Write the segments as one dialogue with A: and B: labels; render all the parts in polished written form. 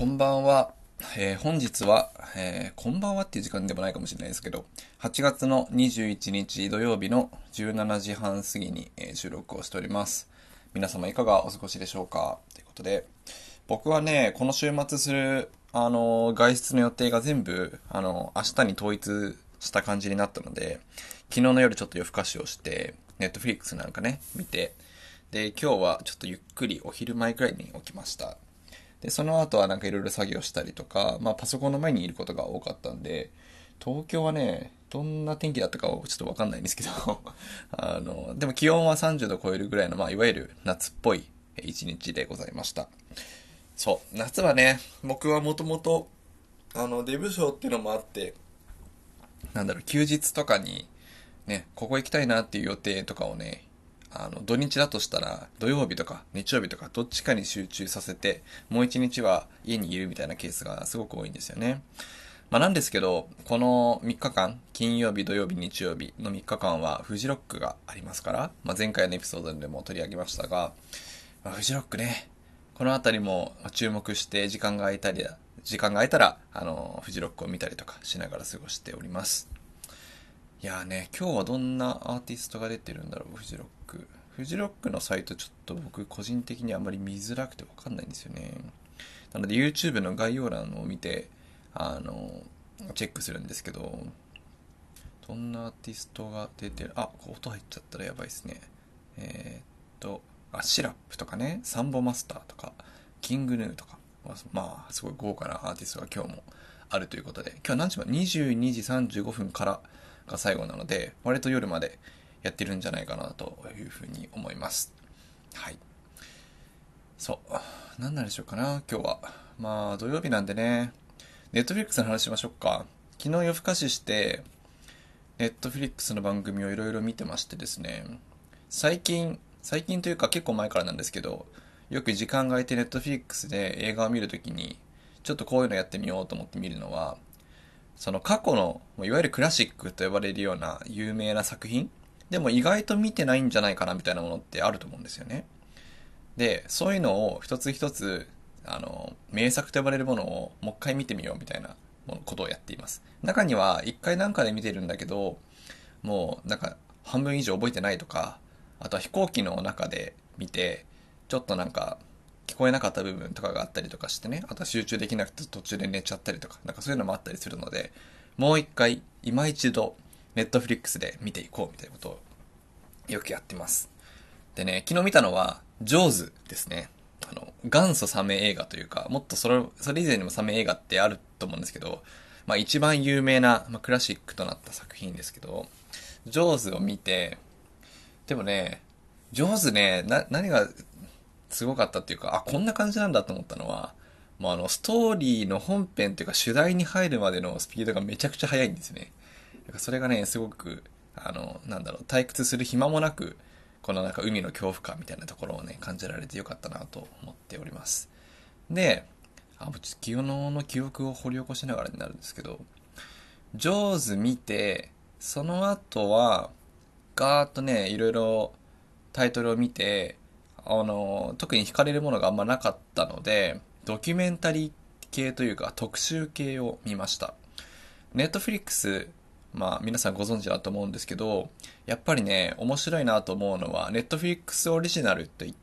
A: こんばんは。本日は、こんばんはっていう時間でもないかもしれないですけど、8月の21日土曜日の17時半過ぎに、収録をしております。皆様いかがお過ごしでしょうかということで、僕はね、この週末する、外出の予定が全部、明日に統一した感じになったので、昨日の夜ちょっと夜更かしをして、ネットフリックスなんかね、見て、で、今日はちょっとゆっくりお昼前くらいに起きました。で、その後はなんかいろいろ作業したりとか、パソコンの前にいることが多かったんで、東京はね、どんな天気だったかはちょっとわかんないんですけどでも気温は30度超えるぐらいの、いわゆる夏っぽい一日でございました。そう、夏はね、僕はもともと、デブ賞っていうのもあって、休日とかに、ね、ここ行きたいなっていう予定とかをね、土日だとしたら、土曜日とか日曜日とかどっちかに集中させて、もう一日は家にいるみたいなケースがすごく多いんですよね。なんですけど、この3日間、金曜日、土曜日、日曜日の3日間はフジロックがありますから、前回のエピソードでも取り上げましたが、フジロックね、このあたりも注目して時間が空いたら、フジロックを見たりとかしながら過ごしております。いやーね、今日はどんなアーティストが出てるんだろう、フジロック。フジロックのサイトちょっと僕個人的にあんまり見づらくてわかんないんですよね。なので YouTube の概要欄を見て、チェックするんですけど、どんなアーティストが出てる、音入っちゃったらやばいですね。えーっシラップとかね、サンボマスターとか、キングヌーとか、すごい豪華なアーティストが今日もあるということで、今日何時まで ?22 時35分からが最後なので、割と夜までやってるんじゃないかなというふうに思います。はい。そう。何なんでしょうかな、今日は。土曜日なんでね、ネットフリックスの話しましょうか。昨日夜更かしして、ネットフリックスの番組をいろいろ見てましてですね、最近というか結構前からなんですけど、よく時間が空いてネットフリックスで映画を見るときに、ちょっとこういうのやってみようと思って見るのは、その過去の、いわゆるクラシックと呼ばれるような有名な作品でも意外と見てないんじゃないかなみたいなものってあると思うんですよね。で、そういうのを一つ一つ、名作と呼ばれるものをもう一回見てみようみたいなことをやっています。中には一回なんかで見てるんだけど、もうなんか半分以上覚えてないとか、あとは飛行機の中で見て、ちょっとなんか聞こえなかった部分とかがあったりとかしてね、あとは集中できなくて途中で寝ちゃったりとか、なんかそういうのもあったりするので、もう一回、今一度、ネットフリックスで見ていこうみたいなことをよくやってます。でね、昨日見たのは、ジョーズですね。元祖サメ映画というか、もっとそれ以前にもサメ映画ってあると思うんですけど、一番有名な、クラシックとなった作品ですけど、ジョーズを見て、でもね、ジョーズね、何がすごかったっていうか、こんな感じなんだと思ったのは、もうストーリーの本編っていうか主題に入るまでのスピードがめちゃくちゃ速いんですね。だからそれがね、すごく、退屈する暇もなく、このなんか海の恐怖感みたいなところをね、感じられてよかったなと思っております。で、もうちょっと昨日の記憶を掘り起こしながらになるんですけど、ジョーズ見て、その後は、ガーッとね、いろいろタイトルを見て、特に惹かれるものがあんまなかったので、ドキュメンタリー系というか特集系を見ました。ネットフリックス、皆さんご存知だと思うんですけど、やっぱりね、面白いなと思うのは、ネットフリックスオリジナルといって、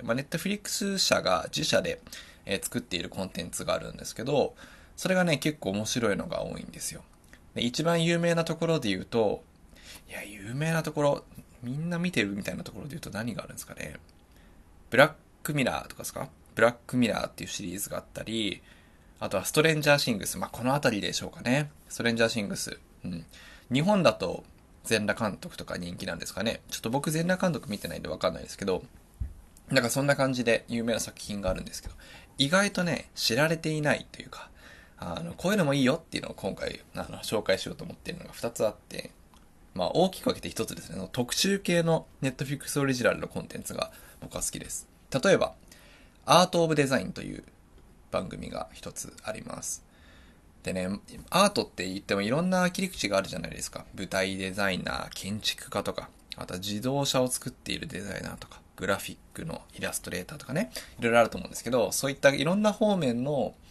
A: ネットフリックス社が自社で、作っているコンテンツがあるんですけど、それがね、結構面白いのが多いんですよ。で一番有名なところで言うと、いや、有名なところ、みんな見てるみたいなところで言うと何があるんですかね。ブラックミラーとかですか？ブラックミラーっていうシリーズがあったり、あとはストレンジャーシングス。このあたりでしょうかね。ストレンジャーシングス。うん。日本だと、全裸監督とか人気なんですかね。ちょっと僕全裸監督見てないんでわかんないですけど、なんかそんな感じで有名な作品があるんですけど、意外とね、知られていないというか、こういうのもいいよっていうのを今回、紹介しようと思っているのが2つあって、大きく分けて1つですね、特集系のネットフィックスオリジナルのコンテンツが僕は好きです。例えば、アートオブデザインという番組が一つあります。でね、アートって言ってもいろんな切り口があるじゃないですか。舞台デザイナー、建築家とか、あとは自動車を作っているデザイナーとか、グラフィックのイラストレーターとかね、いろいろあると思うんですけど、そういったいろんな方面の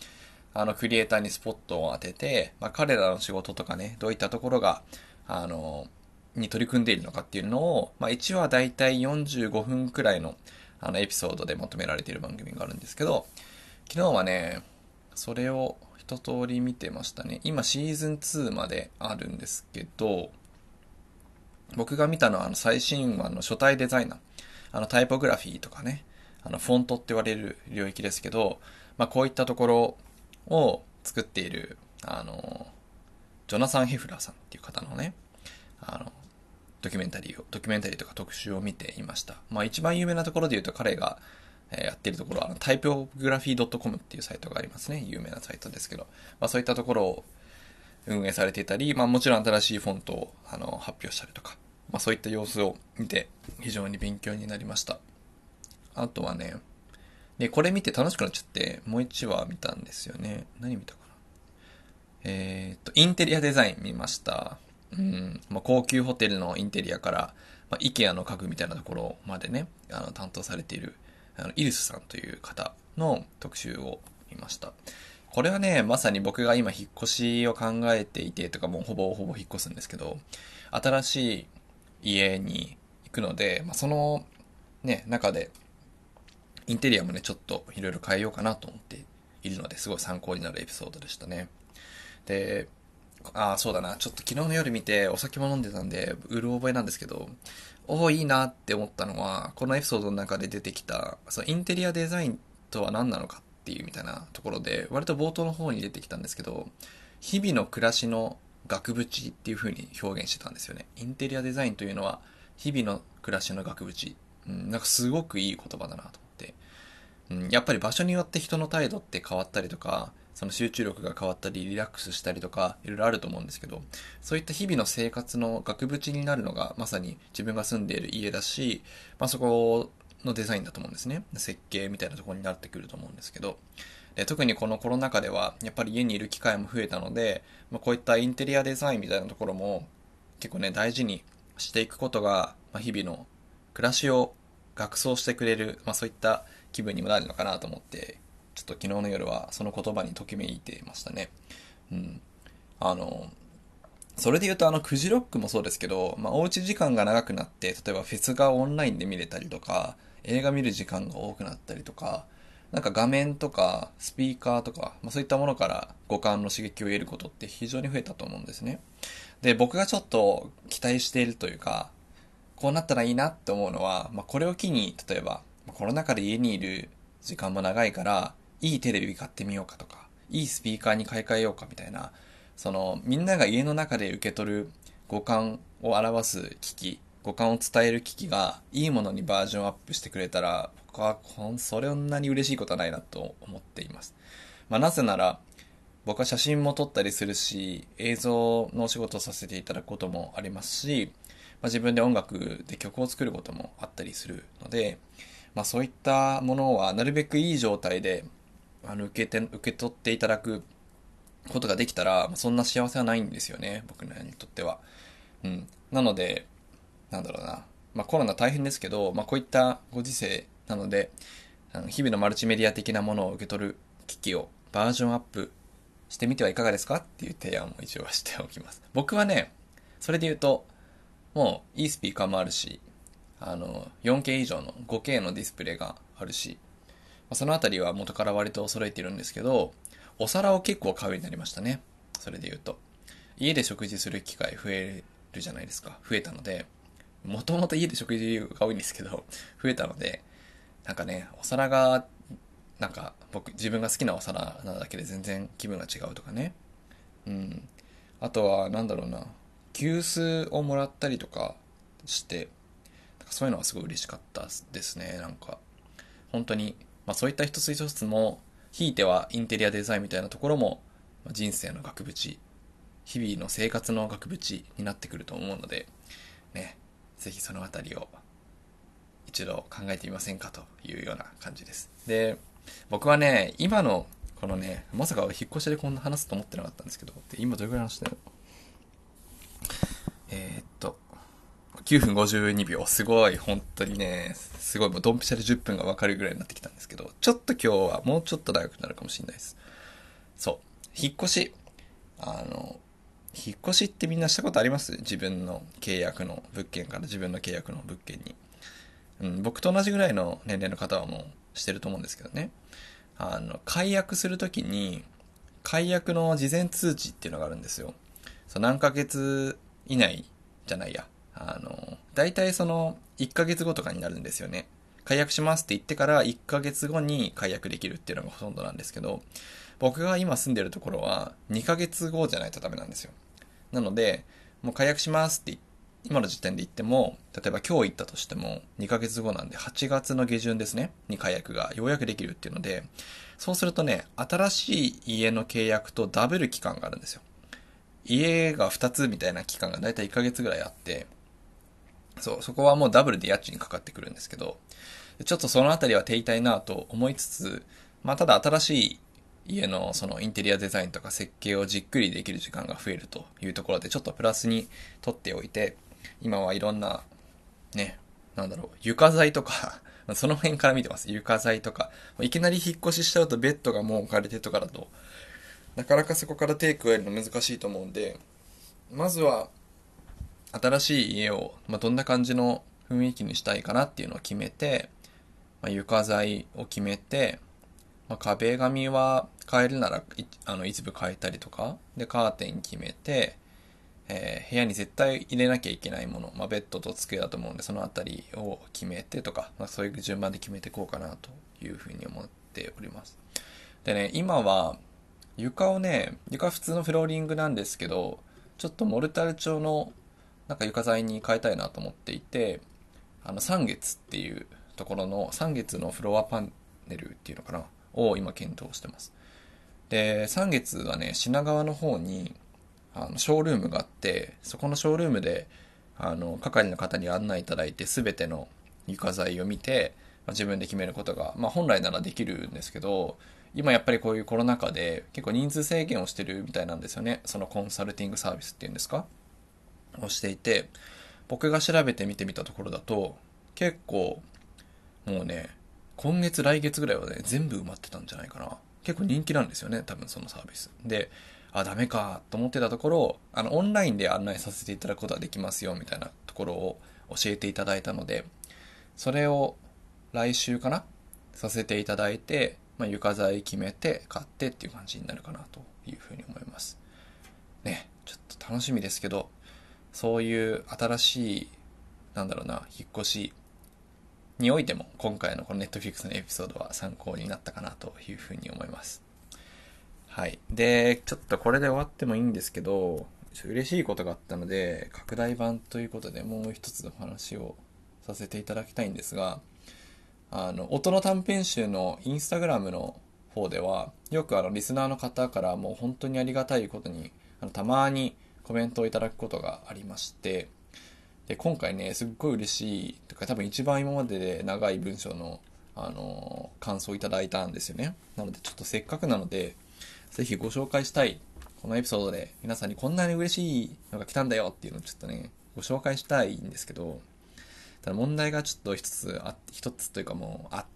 A: クリエイターにスポットを当てて、彼らの仕事とかね、どういったところが、に取り組んでいるのかっていうのを、1話だいたい45分くらいの、エピソードでまとめられている番組があるんですけど、昨日はね、それを一通り見てましたね。今シーズン2まであるんですけど、僕が見たのは最新話の書体デザイナー。タイポグラフィーとかね、フォントって言われる領域ですけど、こういったところを作っている、ジョナサン・ヘフラーさんっていう方のね、あの、ドキュメンタリーとか特集を見ていました。一番有名なところで言うと彼が、やっているところは、タイポグラフィー .com っていうサイトがありますね。有名なサイトですけど。そういったところを運営されていたり、もちろん新しいフォントを、発表したりとか、そういった様子を見て、非常に勉強になりました。あとはね、で、これ見て楽しくなっちゃって、もう一話見たんですよね。何見たかな。インテリアデザイン見ました。高級ホテルのインテリアから、イケアの家具みたいなところまでね、担当されている、イルスさんという方の特集を見ました。これはね、まさに僕が今引っ越しを考えていてとかもうほぼほぼ引っ越すんですけど、新しい家に行くので、そのね、中でインテリアもね、ちょっといろいろ変えようかなと思っているので、すごい参考になるエピソードでしたね。で、そうだな。ちょっと昨日の夜見てお酒も飲んでたんで、うる覚えなんですけど、いいなって思ったのは、このエピソードの中で出てきた、そのインテリアデザインとは何なのかっていうみたいなところで、割と冒頭の方に出てきたんですけど、日々の暮らしの額縁っていう風に表現してたんですよね。インテリアデザインというのは、日々の暮らしの額縁。なんかすごくいい言葉だなと思って。やっぱり場所によって人の態度って変わったりとか、その集中力が変わったり、リラックスしたりとか、いろいろあると思うんですけど、そういった日々の生活の額縁になるのが、まさに自分が住んでいる家だし、そこのデザインだと思うんですね。設計みたいなところになってくると思うんですけど、特にこのコロナ禍では、やっぱり家にいる機会も増えたので、こういったインテリアデザインみたいなところも、結構ね、大事にしていくことが、日々の暮らしを学装してくれる、そういった気分にもなるのかなと思って、ちょっと昨日の夜はその言葉にときめいていましたね。うん。あの、それで言うとフジロックもそうですけど、おうち時間が長くなって、例えばフェスがオンラインで見れたりとか、映画見る時間が多くなったりとか、なんか画面とかスピーカーとか、そういったものから五感の刺激を得ることって非常に増えたと思うんですね。で、僕がちょっと期待しているというか、こうなったらいいなって思うのは、これを機に、例えば、コロナ禍で家にいる時間も長いから、いいテレビ買ってみようかとか、いいスピーカーに買い替えようかみたいな、みんなが家の中で受け取る五感を表す機器、五感を伝える機器が、いいものにバージョンアップしてくれたら、僕はそれんなに嬉しいことはないなと思っています。なぜなら、僕は写真も撮ったりするし、映像のお仕事をさせていただくこともありますし、自分で音楽で曲を作ることもあったりするので、そういったものはなるべくいい状態で受け取っていただくことができたら、そんな幸せはないんですよね、僕らにとっては。なので、なんだろうな。コロナ大変ですけど、こういったご時世なので、日々のマルチメディア的なものを受け取る機器をバージョンアップしてみてはいかがですかっていう提案も一応しておきます。僕はね、それで言うと、もういいスピーカーもあるし、4K 以上の 5K のディスプレイがあるし、そのあたりは元から割と揃えているんですけど、お皿を結構買うようになりましたね。それで言うと。家で食事する機会増えるじゃないですか。増えたので、もともと家で食事が多いんですけど、増えたので、なんかね、お皿が、なんか自分が好きなお皿なだけで全然気分が違うとかね。うん。あとは、なんだろうな、急須をもらったりとかして、そういうのはすごい嬉しかったですね。なんか、本当に、そういった一つ一つも、ひいてはインテリアデザインみたいなところも、人生の額縁、日々の生活の額縁になってくると思うので、ね、ぜひそのあたりを一度考えてみませんかというような感じです。で、僕はね、今の、このね、まさか引っ越しでこんな話すと思ってなかったんですけど、で今どれくらい話したよ。9分52秒。すごい、本当にね、すごい、もうドンピシャで10分がわかるぐらいになってきたんですけど、ちょっと今日はもうちょっと長くなるかもしれないです。 そう。引っ越し。引っ越しってみんなしたことあります？自分の契約の物件から自分の契約の物件に。僕と同じぐらいの年齢の方はもうしてると思うんですけどね。解約するときに、解約の事前通知っていうのがあるんですよ。何ヶ月以内じゃないや。大体1ヶ月後とかになるんですよね。解約しますって言ってから1ヶ月後に解約できるっていうのがほとんどなんですけど、僕が今住んでるところは2ヶ月後じゃないとダメなんですよ。なので、もう解約しますって今の時点で言っても、例えば今日行ったとしても2ヶ月後なんで8月の下旬ですね、に解約がようやくできるっていうので、そうするとね、新しい家の契約とダブル期間があるんですよ。家が2つみたいな期間がだいたい1ヶ月ぐらいあって、そこはもうダブルで家賃かかってくるんですけど、ちょっとそのあたりは手痛いなと思いつつ、ただ新しい家のそのインテリアデザインとか設計をじっくりできる時間が増えるというところでちょっとプラスに取っておいて、今はいろんなね、床材とかその辺から見てます。床材とか。いきなり引っ越ししちゃうとベッドがもう置かれてとかだと、なかなかそこから手加えるの難しいと思うんで、まずは新しい家を、どんな感じの雰囲気にしたいかなっていうのを決めて、床材を決めて、壁紙は変えるなら一部変えたりとか、で、カーテン決めて、部屋に絶対入れなきゃいけないもの、ベッドと机だと思うんで、そのあたりを決めてとか、そういう順番で決めていこうかなというふうに思っております。でね、今は、床普通のフローリングなんですけど、ちょっとモルタル調の床材に変えたいなと思っていて、三月っていうところの三月のフロアパネルっていうのかなを今検討してます。で、三月はね、品川の方にショールームがあって、そこのショールームで係の方に案内いただいて全ての床材を見て、自分で決めることが、本来ならできるんですけど、今やっぱりこういうコロナ禍で結構人数制限をしてるみたいなんですよね。そのコンサルティングサービスっていうんですか、をしていて、僕が調べて見てみたところだと、結構もうね、今月来月ぐらいはね、全部埋まってたんじゃないかな。結構人気なんですよね、多分そのサービス。で、ダメかと思ってたところ、オンラインで案内させていただくことができますよ、みたいなところを教えていただいたので、それを来週かなさせていただいて、床材決めて買ってっていう感じになるかなというふうに思います。ね、ちょっと楽しみですけど、そういう新しい、引っ越しにおいても、今回のこの Netflix のエピソードは参考になったかなというふうに思います。はい。で、ちょっとこれで終わってもいいんですけど、嬉しいことがあったので、拡大版ということでもう一つの話をさせていただきたいんですが、音の短編集のインスタグラムの方では、よくリスナーの方からもう本当にありがたいことに、たまにコメントをいただくことがありまして、で、今回ね、すっごい嬉しい、とか多分一番今までで長い文章の、感想をいただいたんですよね。なのでちょっとせっかくなので、ぜひご紹介したい、このエピソードで皆さんにこんなに嬉しいのが来たんだよっていうのをちょっとね、ご紹介したいんですけど、ただ問題がちょっと一つというかもうあって、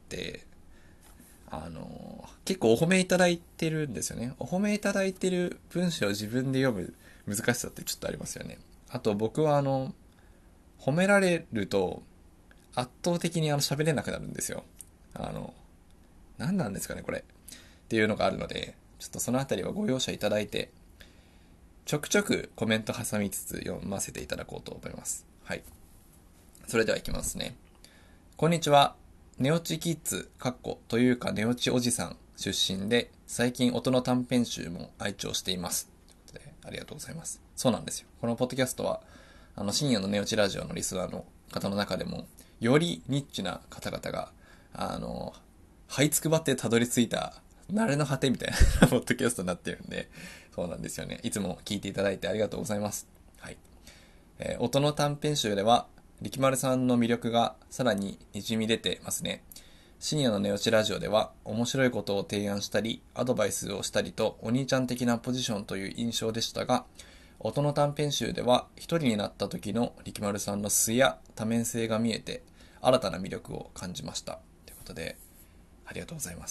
A: 結構お褒めいただいてるんですよね。お褒めいただいてる文章を自分で読む難しさってちょっとありますよね。あと僕は褒められると圧倒的に喋れなくなるんですよ。あの、何なんですかねこれ。っていうのがあるので、ちょっとそのあたりはご容赦いただいて、ちょくちょくコメント挟みつつ読ませていただこうと思います。はい。それではいきますね。こんにちは。寝落ちキッズ、というか寝落ちおじさん出身で、最近音の短編集も愛聴しています。ということで、ありがとうございます。そうなんですよ。このポッドキャストは、深夜の寝落ちラジオのリスナーの方の中でも、よりニッチな方々が、這いつくばってたどり着いた、慣れの果てみたいなポッドキャストになってるんで、そうなんですよね。いつも聞いていただいてありがとうございます。はい。音の短編集では、力丸さんの魅力がさらに滲み出てますね。深夜の寝落ちラジオでは面白いことを提案したり、アドバイスをしたりとお兄ちゃん的なポジションという印象でしたが、音の短編集では一人になった時の力丸さんの素や多面性が見えて、新たな魅力を感じました。ということで、ありがとうございます。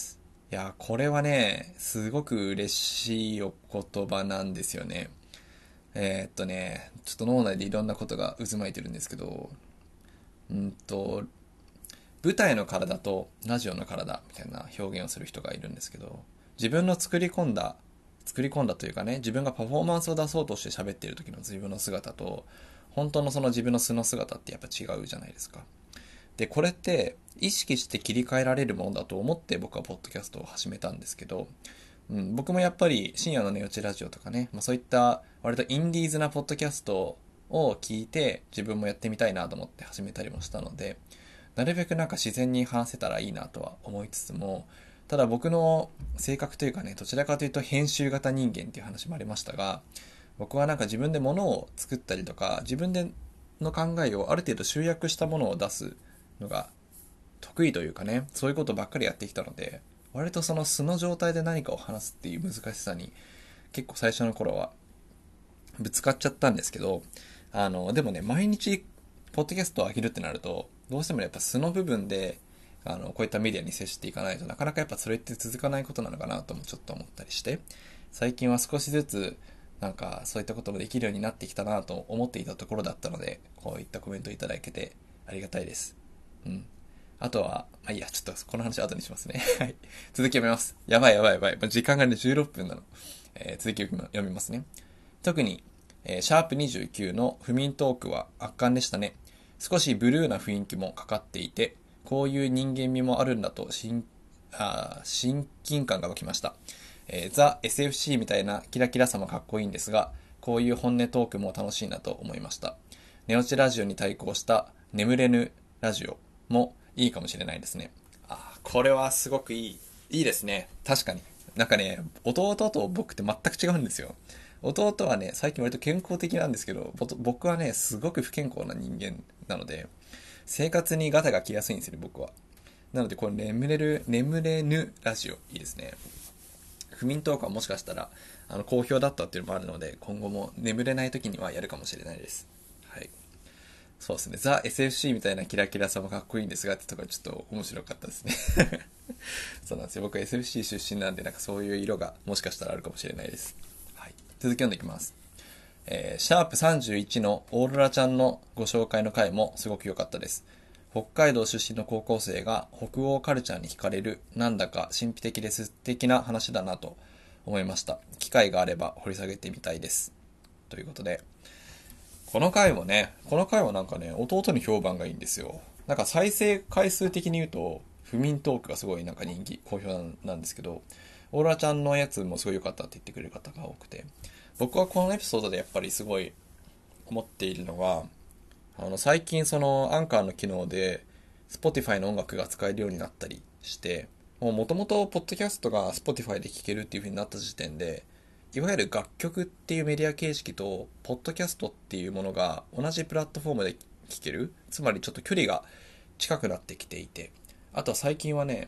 A: いや、これはね、すごく嬉しいお言葉なんですよね。ちょっと脳内でいろんなことが渦巻いてるんですけど、うんと、舞台の体とラジオの体みたいな表現をする人がいるんですけど、自分の作り込んだというかね、自分がパフォーマンスを出そうとして喋っている時の自分の姿と、本当のその自分の素の姿ってやっぱ違うじゃないですか。で、これって意識して切り替えられるものだと思って僕はポッドキャストを始めたんですけど、僕もやっぱり深夜の寝落ちラジオとかね、そういった割とインディーズなポッドキャストを聞いて自分もやってみたいなと思って始めたりもしたので、なるべくなんか自然に話せたらいいなとは思いつつも、ただ僕の性格というかね、どちらかというと編集型人間っていう話もありましたが、僕はなんか自分で物を作ったりとか、自分での考えをある程度集約したものを出すのが得意というかね、そういうことばっかりやってきたので、割とその素の状態で何かを話すっていう難しさに結構最初の頃はぶつかっちゃったんですけど、でもね、毎日ポッドキャストを上げるってなると、どうしてもやっぱ素の部分でこういったメディアに接していかないとなかなかやっぱそれって続かないことなのかなともちょっと思ったりして、最近は少しずつなんかそういったこともできるようになってきたなと思っていたところだったので、こういったコメントいただけてありがたいです。うん。あとは、いいや、ちょっとこの話後にしますね。はい。続き読みます。やばいやばいやばい。時間がね、16分なの。続き読みますね。特に、シャープ29の不眠トークは圧巻でしたね。少しブルーな雰囲気もかかっていて、こういう人間味もあるんだと親近感が湧きました。ザ・ SFC みたいなキラキラさもかっこいいんですが、こういう本音トークも楽しいなと思いました。寝落ちラジオに対抗した眠れぬラジオもいいかもしれないですね。これはすごくいいですね。確かに。なんかね、弟と僕って全く違うんですよ。弟はね、最近割と健康的なんですけど、僕はね、すごく不健康な人間なので、生活にガタが来やすいんですよね、僕は。なので、これ眠れぬラジオ、いいですね。不眠トークはもしかしたら、好評だったっていうのもあるので、今後も眠れない時にはやるかもしれないです。はい。そうですね。ザ・ SFC みたいなキラキラさもかっこいいんですがってところちょっと面白かったですね。そうなんですよ。僕は SFC 出身なんで、なんかそういう色がもしかしたらあるかもしれないです。はい。続き読んでいきます。シャープ31のオーロラちゃんのご紹介の回もすごく良かったです。北海道出身の高校生が北欧カルチャーに惹かれる、なんだか神秘的で素敵な話だなと思いました。機会があれば掘り下げてみたいです。ということで、この回はなんかね、弟に評判がいいんですよ。なんか再生回数的に言うと、不眠トークがすごいなんか好評なんですけど、オーラちゃんのやつもすごい良かったって言ってくれる方が多くて、僕はこのエピソードでやっぱりすごい思っているのは、最近そのアンカーの機能で、Spotify の音楽が使えるようになったりして、もともとポッドキャストが Spotify で聴けるっていう風になった時点で、いわゆる楽曲っていうメディア形式と、ポッドキャストっていうものが同じプラットフォームで聴ける。つまりちょっと距離が近くなってきていて。あとは最近はね、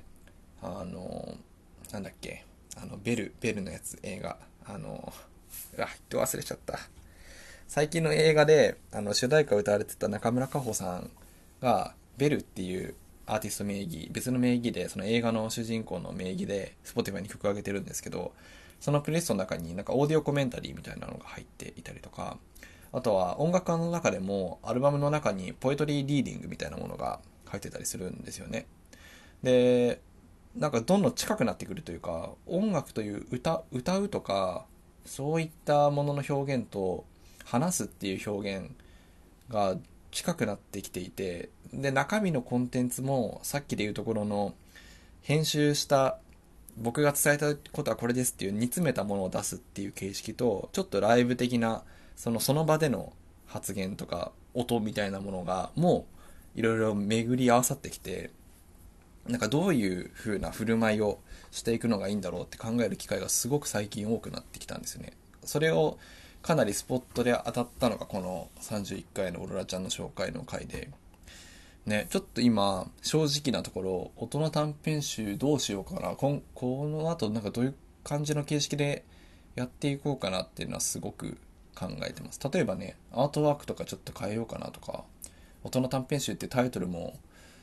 A: なんだっけ、ベルのやつ、映画。人忘れちゃった。最近の映画で、主題歌を歌われてた中村佳穂さんが、ベルっていうアーティスト名義、別の名義で、その映画の主人公の名義で、Spotify に曲を上げてるんですけど、そのプレイリストの中になんかオーディオコメンタリーみたいなのが入っていたりとか、あとは音楽家の中でもアルバムの中にポエトリーリーディングみたいなものが入ってたりするんですよね。で、なんかどんどん近くなってくるというか、音楽という歌うとか、そういったものの表現と話すっていう表現が近くなってきていて、で、中身のコンテンツもさっきで言うところの編集した僕が伝えたことはこれですっていう煮詰めたものを出すっていう形式と、ちょっとライブ的な、その場での発言とか音みたいなものがもういろいろ巡り合わさってきて、なんかどういう風な振る舞いをしていくのがいいんだろうって考える機会がすごく最近多くなってきたんですよね。それをかなりスポットで当たったのがこの31回のオロラちゃんの紹介の回で、ね、ちょっと今、正直なところ、大人短編集どうしようかな。この後なんかどういう感じの形式でやっていこうかなっていうのはすごく考えてます。例えばね、アートワークとかちょっと変えようかなとか、大人短編集ってタイトルも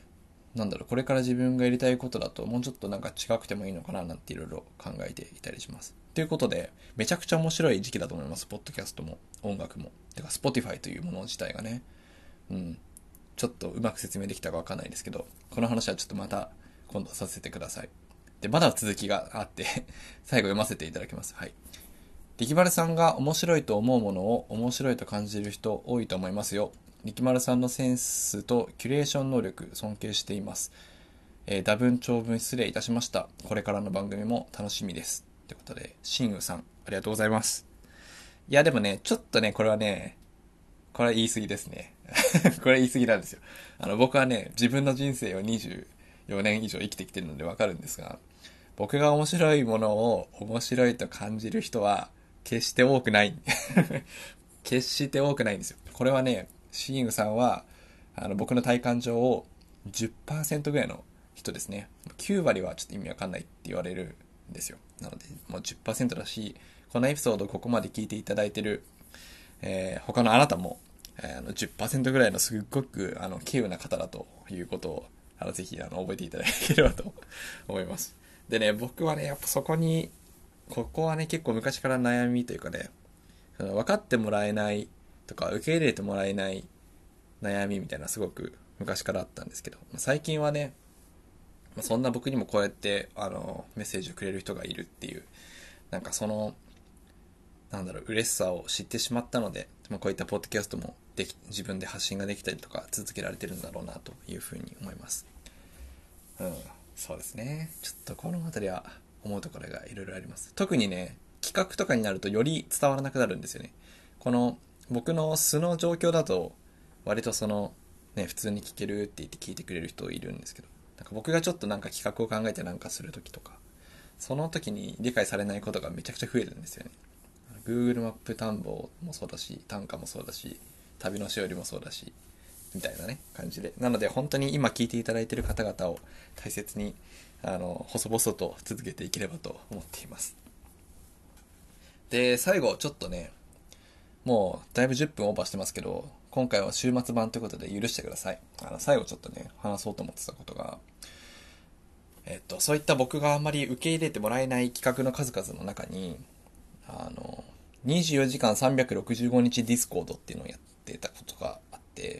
A: これから自分がやりたいことだともうちょっとなんか違くてもいいのかななんていろいろ考えていたりします。ということで、めちゃくちゃ面白い時期だと思います。ポッドキャストも音楽も。てか、Spotify というもの自体がね。うん。ちょっとうまく説明できたかわかんないですけど、この話はちょっとまた今度させてください。で、まだ続きがあって最後読ませていただきます。はい。力丸さんが面白いと思うものを面白いと感じる人多いと思いますよ。力丸さんのセンスとキュレーション能力尊敬しています。多文長文失礼いたしました。これからの番組も楽しみです。ということで、シンウさん、ありがとうございます。いや、でもね、ちょっとね、これはね、これは言い過ぎですね。これは言い過ぎなんですよ。僕はね、自分の人生を24年以上生きてきてるのでわかるんですが、僕が面白いものを面白いと感じる人は、決して多くない。決して多くないんですよ。これはね、シーングさんは、僕の体感上を10%ぐらいの人ですね。9割はちょっと意味わかんないって言われるんですよ。なので、もう10%だし、このエピソードをここまで聞いていただいてる、他のあなたも、10%ぐらいのすっごく、稀有な方だということを、ぜひ、覚えていただければと思います。でね、僕はね、やっぱそこに、ここはね、結構昔から悩みというかね、分かってもらえないとか、受け入れてもらえない悩みみたいなすごく昔からあったんですけど、最近はね、そんな僕にもこうやって、メッセージをくれる人がいるっていう、なんかその、嬉しさを知ってしまったので、こういったポッドキャストも自分で発信ができたりとか続けられてるんだろうなというふうに思います。うん、そうですね。ちょっとこの辺りは思うところがいろいろあります。特にね、企画とかになるとより伝わらなくなるんですよね。この僕の素の状況だと割と普通に聞けるって言って聞いてくれる人いるんですけど、なんか僕がちょっとなんか企画を考えてなんかするときとか、その時に理解されないことがめちゃくちゃ増えるんですよね。Google マップ探訪もそうだし、単価もそうだし、旅のしおりもそうだし、みたいなね、感じで。なので本当に今聞いていただいている方々を大切に、細々と続けていければと思っています。で、最後、ちょっとね、もうだいぶ10分オーバーしてますけど、今回は週末版ということで許してください。最後ちょっとね、話そうと思ってたことが、そういった僕があんまり受け入れてもらえない企画の数々の中に、24時間365日ディスコードっていうのをやってたことがあって、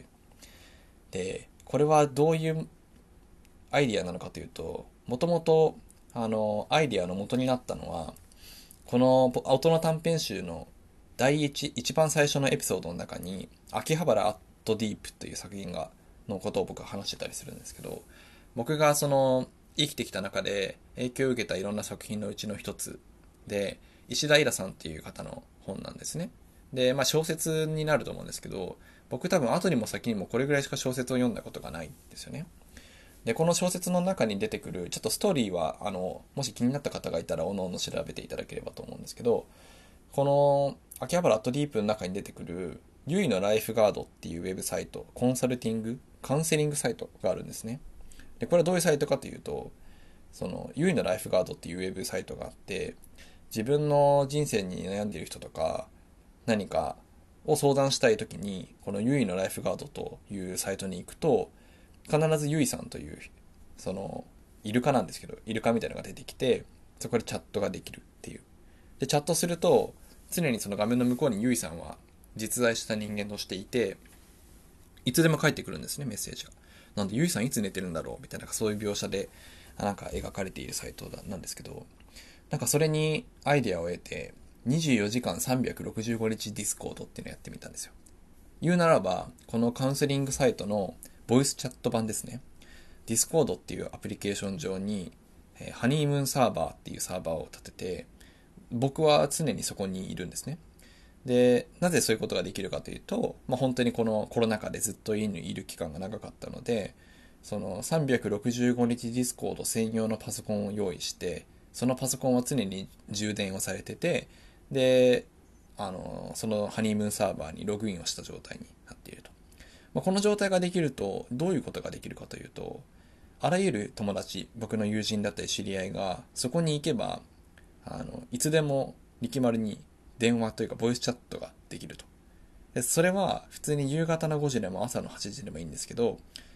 A: で、これはどういうアイディアなのかというと、もともと、アイディアの元になったのは、この音の短編集の一番最初のエピソードの中に、秋葉原アットディープという作品のことを僕は話してたりするんですけど、僕が生きてきた中で影響を受けたいろんな作品のうちの一つで、石田イラさんっていう方の本なんですね。で、小説になると思うんですけど、僕多分後にも先にもこれぐらいしか小説を読んだことがないんですよね。で、この小説の中に出てくる、ちょっとストーリーは、もし気になった方がいたら、おのおの調べていただければと思うんですけど、この、秋葉原アットディープの中に出てくる、ゆいのライフガードっていうウェブサイト、カウンセリングサイトがあるんですね。で、これはどういうサイトかというと、ゆいのライフガードっていうウェブサイトがあって、自分の人生に悩んでいる人とか、何かを相談したいときに、このゆいのライフガードというサイトに行くと、必ずゆいさんという、その、イルカなんですけど、イルカみたいなのが出てきて、そこでチャットができるっていう。で、チャットすると、常にその画面の向こうにゆいさんは実在した人間としていて、いつでも返ってくるんですね、メッセージが。なんで、ゆいさんいつ寝てるんだろうみたいな、そういう描写で、なんか描かれているサイトなんですけど、なんかそれにアイデアを得て、24時間365日ディスコードっていうのをやってみたんですよ。言うならば、このカウンセリングサイトのボイスチャット版ですね。ディスコードっていうアプリケーション上に、ハニームーンサーバーっていうサーバーを立てて、僕は常にそこにいるんですね。で、なぜそういうことができるかというと、本当にこのコロナ禍でずっと家にいる期間が長かったので、その365日ディスコード専用のパソコンを用意して、そのパソコンは常に充電をされてて、で、そのハニームーンサーバーにログインをした状態になっていると。この状態ができると、どういうことができるかというと、あらゆる友達、僕の友人だったり知り合いが、そこに行けば、いつでも力丸に電話というかボイスチャットができると。でそれは普通に夕方の5時でも朝の8時でもいいんですけど、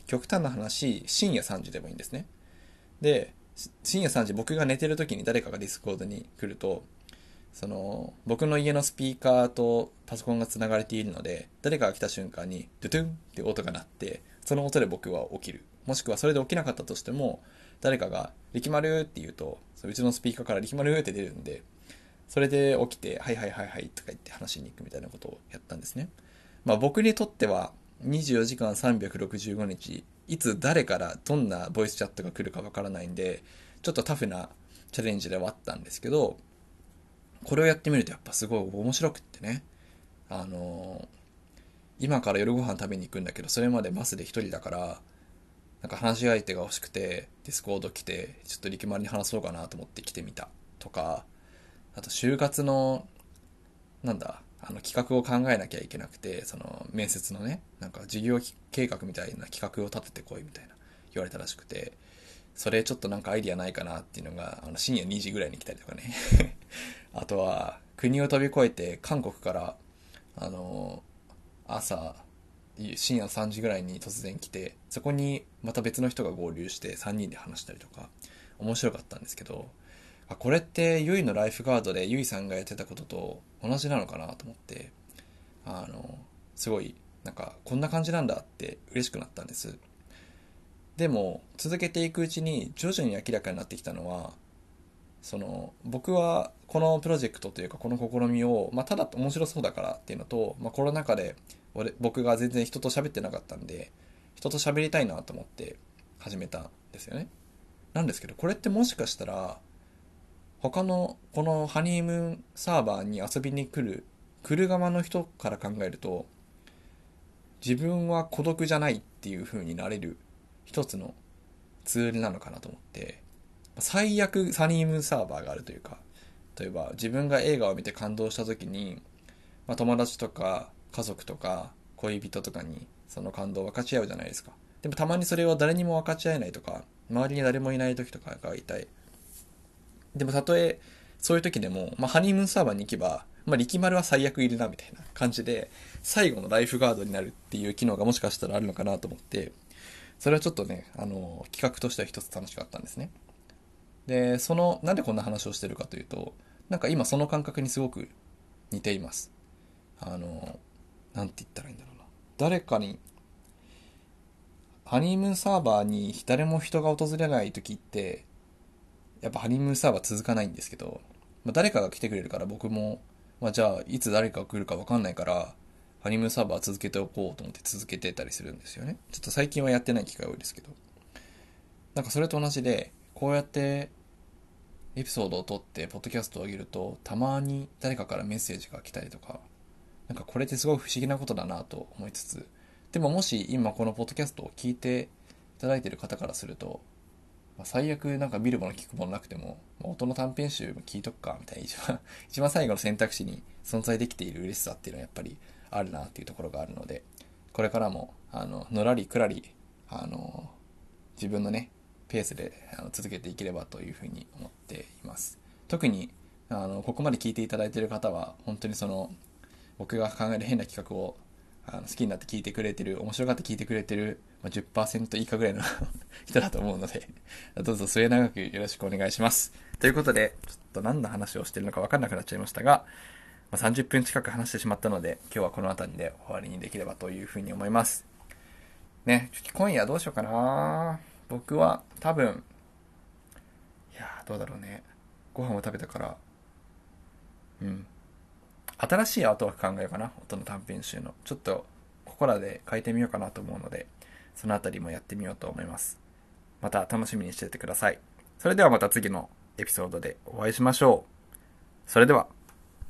A: 極端な話、深夜3時でもいいんですね。で、深夜3時、僕が寝てる時に誰かがディスコードに来ると、僕の家のスピーカーとパソコンが繋がれているので、誰かが来た瞬間に、ドゥドゥンって音が鳴って、その音で僕は起きる。もしくはそれで起きなかったとしても、誰かが、力丸って言うと、うちのスピーカーから力丸って出るんで、それで起きて、はいはいはいはいとか言って話しに行くみたいなことをやったんですね。まあ僕にとっては、24時間365日、いつ誰からどんなボイスチャットが来るかわからないんで、ちょっとタフなチャレンジではあったんですけど、これをやってみるとやっぱすごい面白くってね。あのー今から夜ご飯食べに行くんだけど、それまでバスで一人だから、なんか話し相手が欲しくて、ディスコード来て、ちょっと力丸に話そうかなと思って来てみた。とか、あと就活の、企画を考えなきゃいけなくて、面接のね、なんか事業計画みたいな企画を立ててこいみたいな言われたらしくて、それちょっとなんかアイディアないかなっていうのが、深夜2時ぐらいに来たりとかね。あとは、国を飛び越えて韓国から、あの、朝、深夜3時ぐらいに突然来て、そこにまた別の人が合流して3人で話したりとか、面白かったんですけど、これってユイのライフガードでユイさんがやってたことと同じなのかなと思って、あの、すごい、なんか、こんな感じなんだって嬉しくなったんです。でも、続けていくうちに徐々に明らかになってきたのは、僕はこのプロジェクトというかこの試みを、まあ、ただ面白そうだからっていうのと、まあ、コロナ禍で僕が全然人と喋ってなかったんで、人と喋りたいなと思って始めたんですよね。なんですけど、これってもしかしたら、他のこのハニームーンサーバーに遊びに来る側の人から考えると、自分は孤独じゃないっていう風になれる一つのツールなのかなと思って、最悪ハニームーンサーバーがあるというか、例えば自分が映画を見て感動した時に、まあ、友達とか家族とか恋人とかにその感動を分かち合うじゃないですか。でもたまにそれを誰にも分かち合えないとか、周りに誰もいない時とかがいたい。でもたとえそういう時でも、まあ、ハニームーンサーバーに行けば、まあ、力丸は最悪いるなみたいな感じで、最後のライフガードになるっていう機能がもしかしたらあるのかなと思って、それはちょっとね、企画としては一つ楽しかったんですね。で、なんでこんな話をしてるかというと、なんか今その感覚にすごく似ています。あの、なんて言ったらいいんだろうな。誰かに、ハニームーンサーバーに誰も人が訪れない時って、やっぱハニームーンサーバー続かないんですけど、まあ、誰かが来てくれるから僕も、まあ、じゃあいつ誰かが来るか分かんないから、ハニームーンサーバー続けておこうと思って続けてたりするんですよね。ちょっと最近はやってない機会多いですけど。なんかそれと同じで、こうやってエピソードを撮ってポッドキャストを上げると、たまに誰かからメッセージが来たりとか、なんかこれってすごい不思議なことだなと思いつつ、でももし今このポッドキャストを聞いていただいている方からすると、まあ、最悪なんか見るもの聞くものなくても、まあ、音の短編集も聞いとくかみたいな一番最後の選択肢に存在できている嬉しさっていうのはやっぱりあるなっていうところがあるので、これからものらりくらり自分のねペースで続けていければというふうに思っています。特にここまで聞いていただいている方は本当に僕が考える変な企画を好きになって聞いてくれてる、面白がって聞いてくれてる、10% 以下ぐらいの人だと思うので、どうぞ末永くよろしくお願いします。ということで、ちょっと何の話をしてるのか分かんなくなっちゃいましたが、30分近く話してしまったので、今日はこの辺りで終わりにできればというふうに思います。ね、今夜どうしようかな。僕は多分、どうだろうね。ご飯を食べたから、うん。新しいアートワーク考えようかな。音の短編集の。ちょっと、ここらで変えてみようかなと思うので、そのあたりもやってみようと思います。また楽しみにしていてください。それではまた次のエピソードでお会いしましょう。それでは。